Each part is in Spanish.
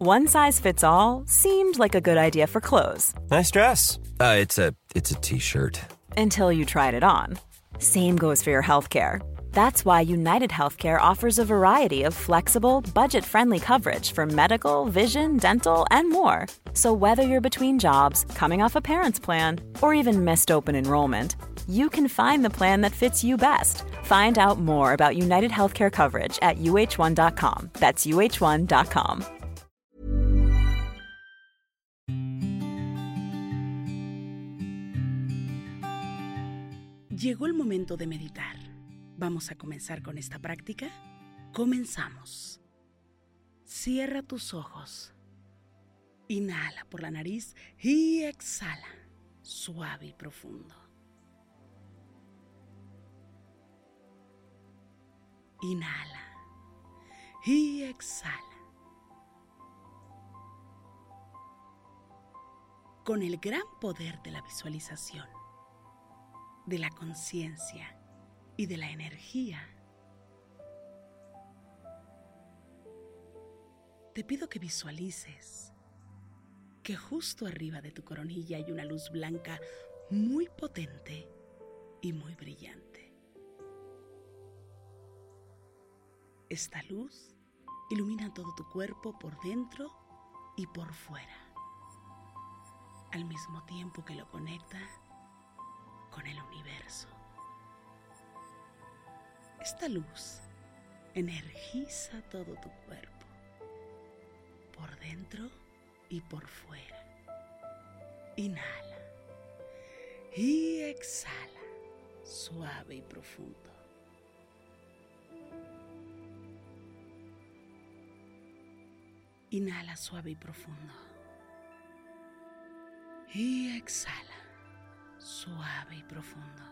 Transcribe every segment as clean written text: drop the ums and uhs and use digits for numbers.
One size fits all seemed like a good idea for clothes. Nice dress. It's a t-shirt. Until you tried it on. Same goes for your healthcare. That's why United Healthcare offers a variety of flexible, budget-friendly coverage for medical, vision, dental, and more. So whether you're between jobs, coming off a parent's plan, or even missed open enrollment, you can find the plan that fits you best. Find out more about United Healthcare coverage at uh1.com. That's uh1.com. Llegó el momento de meditar. ¿Vamos a comenzar con esta práctica? Comenzamos. Cierra tus ojos. Inhala por la nariz y exhala, suave y profundo. Inhala y exhala. Con el gran poder de la visualización, de la conciencia y de la energía, te pido que visualices que justo arriba de tu coronilla hay una luz blanca muy potente y muy brillante. Esta luz ilumina todo tu cuerpo por dentro y por fuera, al mismo tiempo que lo conecta con el universo. Esta luz energiza todo tu cuerpo, por dentro y por fuera. Inhala y exhala, suave y profundo. Inhala suave y profundo. Y exhala, suave y profundo.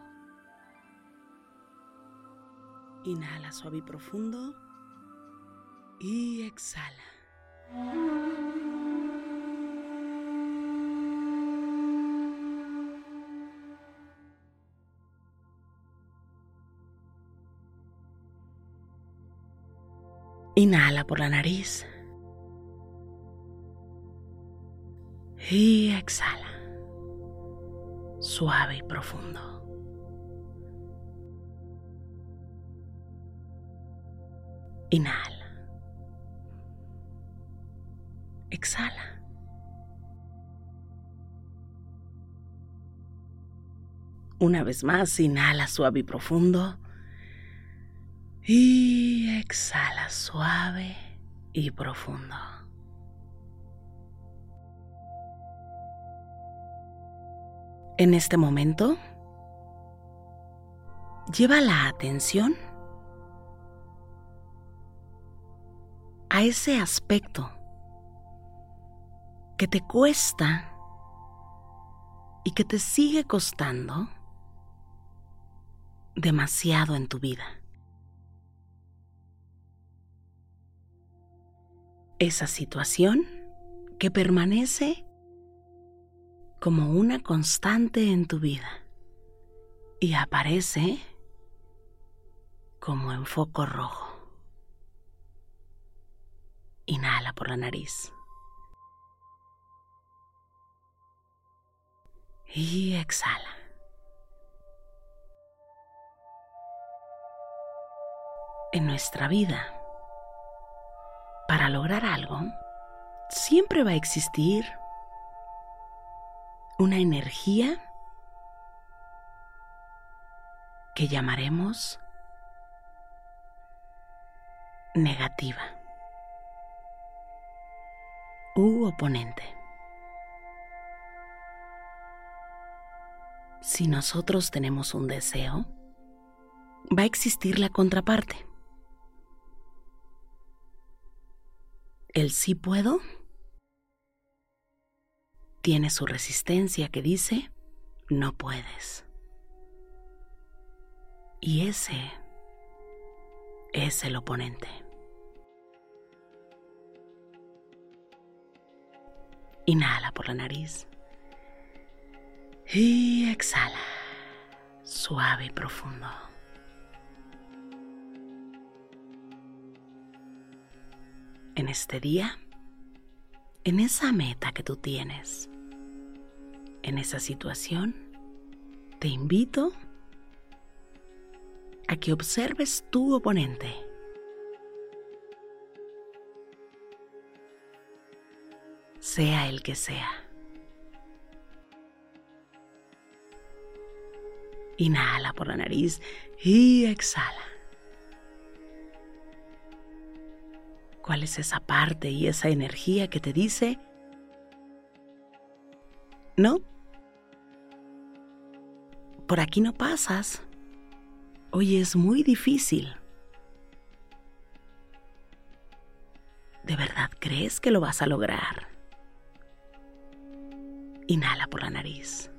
Inhala suave y profundo. Y exhala. Inhala por la nariz. Y exhala, suave y profundo. Inhala. Exhala. Una vez más, inhala suave y profundo. Y exhala suave y profundo. En este momento, lleva la atención a ese aspecto que te cuesta y que te sigue costando demasiado en tu vida. Esa situación que permanece como una constante en tu vida y aparece como en foco rojo. Inhala por la nariz. Y exhala. En nuestra vida, para lograr algo, siempre va a existir una energía que llamaremos negativa u oponente. Si nosotros tenemos un deseo, va a existir la contraparte. El sí puedo tiene su resistencia que dice no puedes. Y ese es el oponente. Inhala por la nariz. Y exhala, suave y profundo. En este día, en esa meta que tú tienes, en esa situación, te invito a que observes tu oponente. Sea el que sea. Inhala por la nariz y exhala. ¿Cuál es esa parte y esa energía que te dice no? Por aquí no pasas. Hoy es muy difícil. ¿De verdad crees que lo vas a lograr? Inhala por la nariz.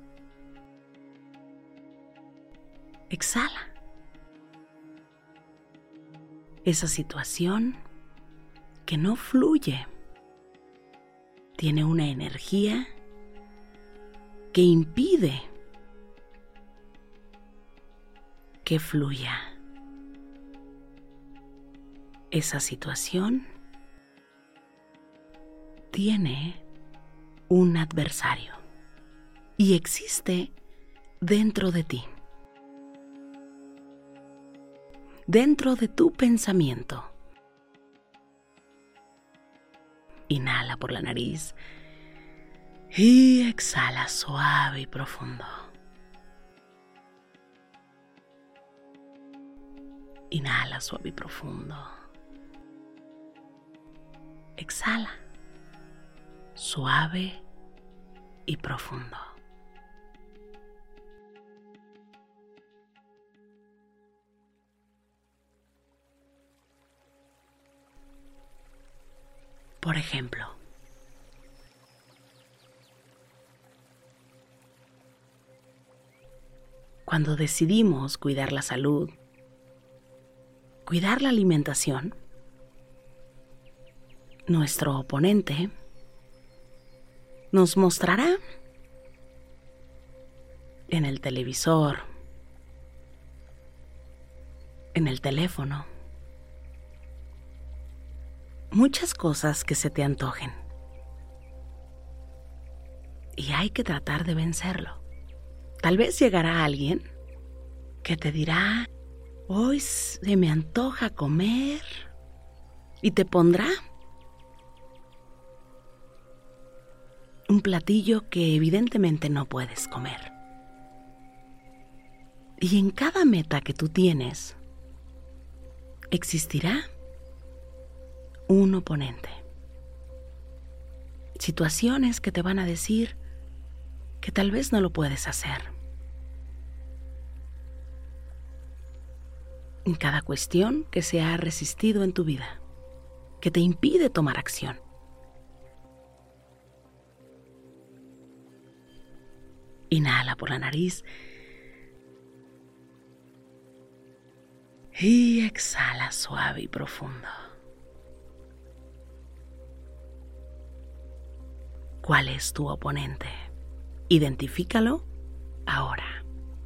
Exhala. Esa situación que no fluye tiene una energía que impide que fluya. Esa situación tiene un adversario y existe dentro de ti, dentro de tu pensamiento. Inhala por la nariz y exhala suave y profundo. Inhala suave y profundo. Exhala suave y profundo. Por ejemplo, cuando decidimos cuidar la salud, cuidar la alimentación, nuestro oponente nos mostrará en el televisor, en el teléfono, muchas cosas que se te antojen. Y hay que tratar de vencerlo. Tal vez llegará alguien que te dirá, hoy se me antoja comer, y te pondrá un platillo que evidentemente no puedes comer. Y en cada meta que tú tienes, existirá un oponente. Situaciones que te van a decir que tal vez no lo puedes hacer. En cada cuestión que se ha resistido en tu vida, que te impide tomar acción. Inhala por la nariz y exhala suave y profundo. ¿Cuál es tu oponente? Identifícalo ahora.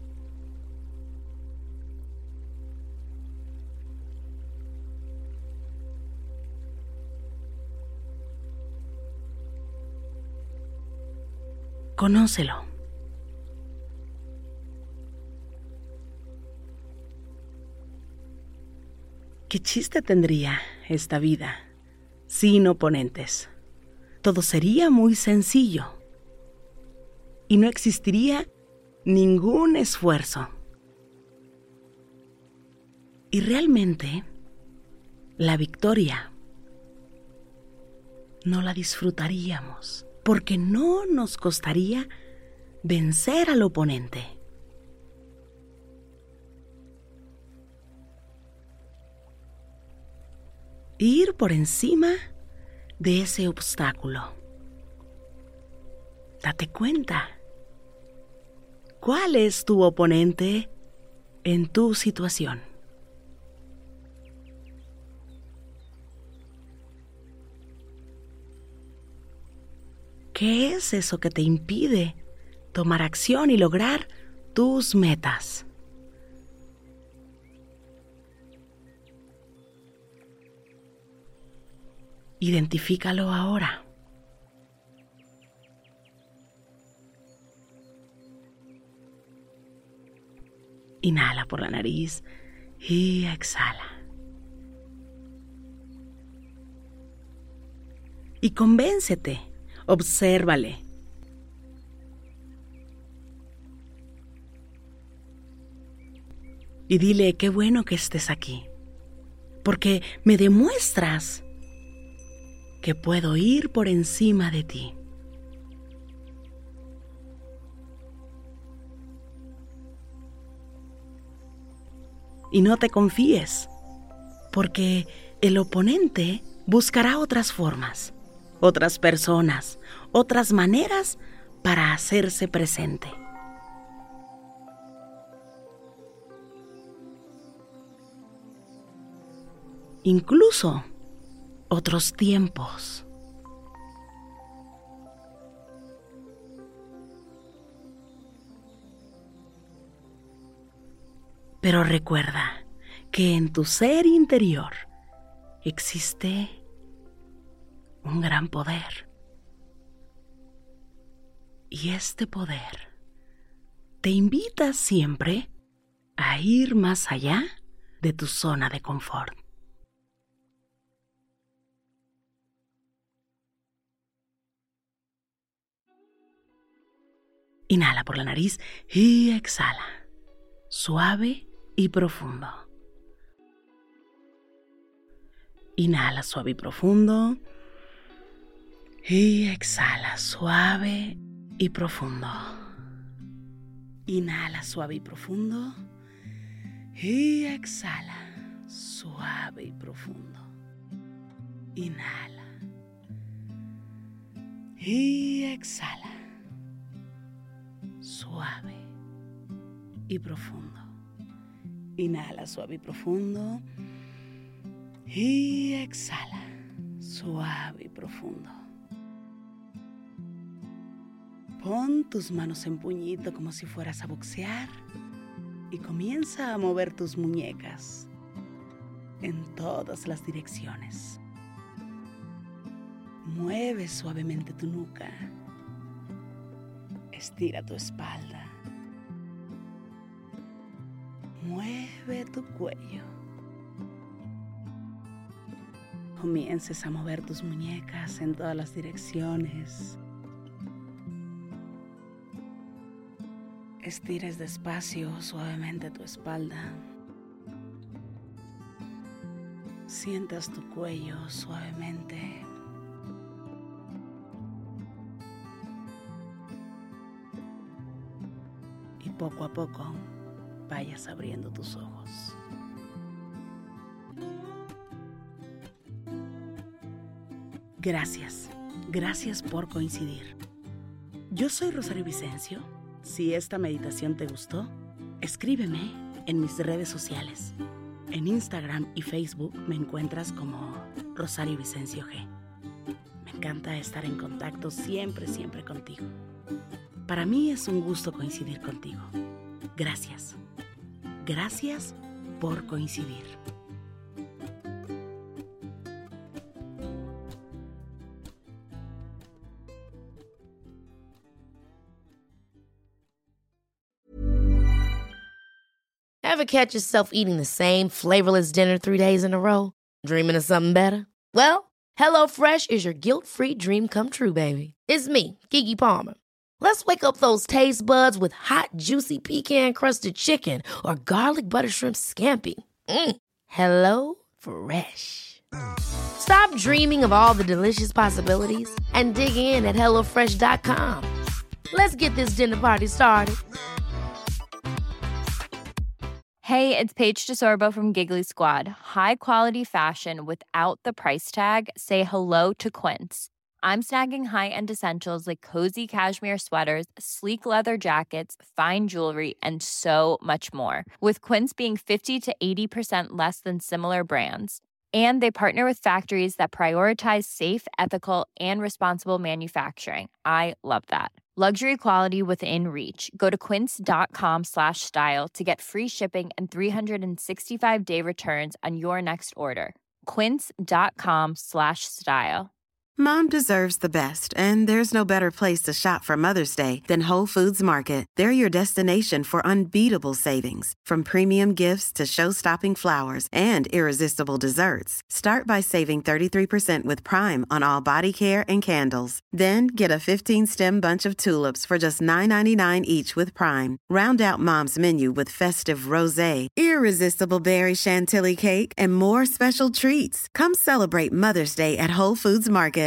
Conócelo. ¿Qué chiste tendría esta vida sin oponentes? Todo sería muy sencillo y no existiría ningún esfuerzo. Y realmente, la victoria no la disfrutaríamos porque no nos costaría vencer al oponente. Ir por encima de ese obstáculo. Date cuenta. ¿Cuál es tu oponente en tu situación? ¿Qué es eso que te impide tomar acción y lograr tus metas? Identifícalo ahora. Inhala por la nariz y exhala. Y convéncete, obsérvale. Y dile, qué bueno que estés aquí, porque me demuestras que puedo ir por encima de ti. Y no te confíes, porque el oponente buscará otras formas, otras personas, otras maneras para hacerse presente. Incluso otros tiempos. Pero recuerda que en tu ser interior existe un gran poder. Y este poder te invita siempre a ir más allá de tu zona de confort. Inhala por la nariz y exhala, suave y profundo. Inhala suave y profundo. Y exhala suave y profundo. Inhala suave y profundo. Y exhala suave y profundo. Inhala. Y exhala suave y profundo. Inhala suave y profundo. Y exhala suave y profundo. Pon tus manos en puñito como si fueras a boxear y comienza a mover tus muñecas en todas las direcciones. Mueve suavemente tu nuca. Estira tu espalda. Mueve tu cuello. Comiences a mover tus muñecas en todas las direcciones. Estires despacio, suavemente tu espalda. Sientas tu cuello suavemente. Y poco a poco vayas abriendo tus ojos. Gracias por coincidir. Yo soy Rosario Vicencio. Si esta meditación te gustó, escríbeme en mis redes sociales. En Instagram y Facebook me encuentras como Rosario Vicencio G. Me encanta estar en contacto siempre contigo. Para mí es un gusto coincidir contigo. Gracias por coincidir. Ever catch yourself eating the same flavorless dinner 3 days in a row? Dreaming of something better? Well, HelloFresh is your guilt-free dream come true, baby. It's me, Keke Palmer. Let's wake up those taste buds with hot, juicy pecan-crusted chicken or garlic butter shrimp scampi. Hello Fresh. Stop dreaming of all the delicious possibilities and dig in at HelloFresh.com. Let's get this dinner party started. Hey, it's Paige DeSorbo from Giggly Squad. High quality fashion without the price tag. Say hello to Quince. I'm snagging high-end essentials like cozy cashmere sweaters, sleek leather jackets, fine jewelry, and so much more. With Quince being 50 to 80% less than similar brands. And they partner with factories that prioritize safe, ethical, and responsible manufacturing. I love that. Luxury quality within reach. Go to quince.com/style to get free shipping and 365-day returns on your next order. Quince.com/style. Mom deserves the best, and there's no better place to shop for Mother's Day than Whole Foods Market. They're your destination for unbeatable savings, from premium gifts to show-stopping flowers and irresistible desserts. Start by saving 33% with Prime on all body care and candles. Then get a 15-stem bunch of tulips for just $9.99 each with Prime. Round out Mom's menu with festive rosé, irresistible berry chantilly cake, and more special treats. Come celebrate Mother's Day at Whole Foods Market.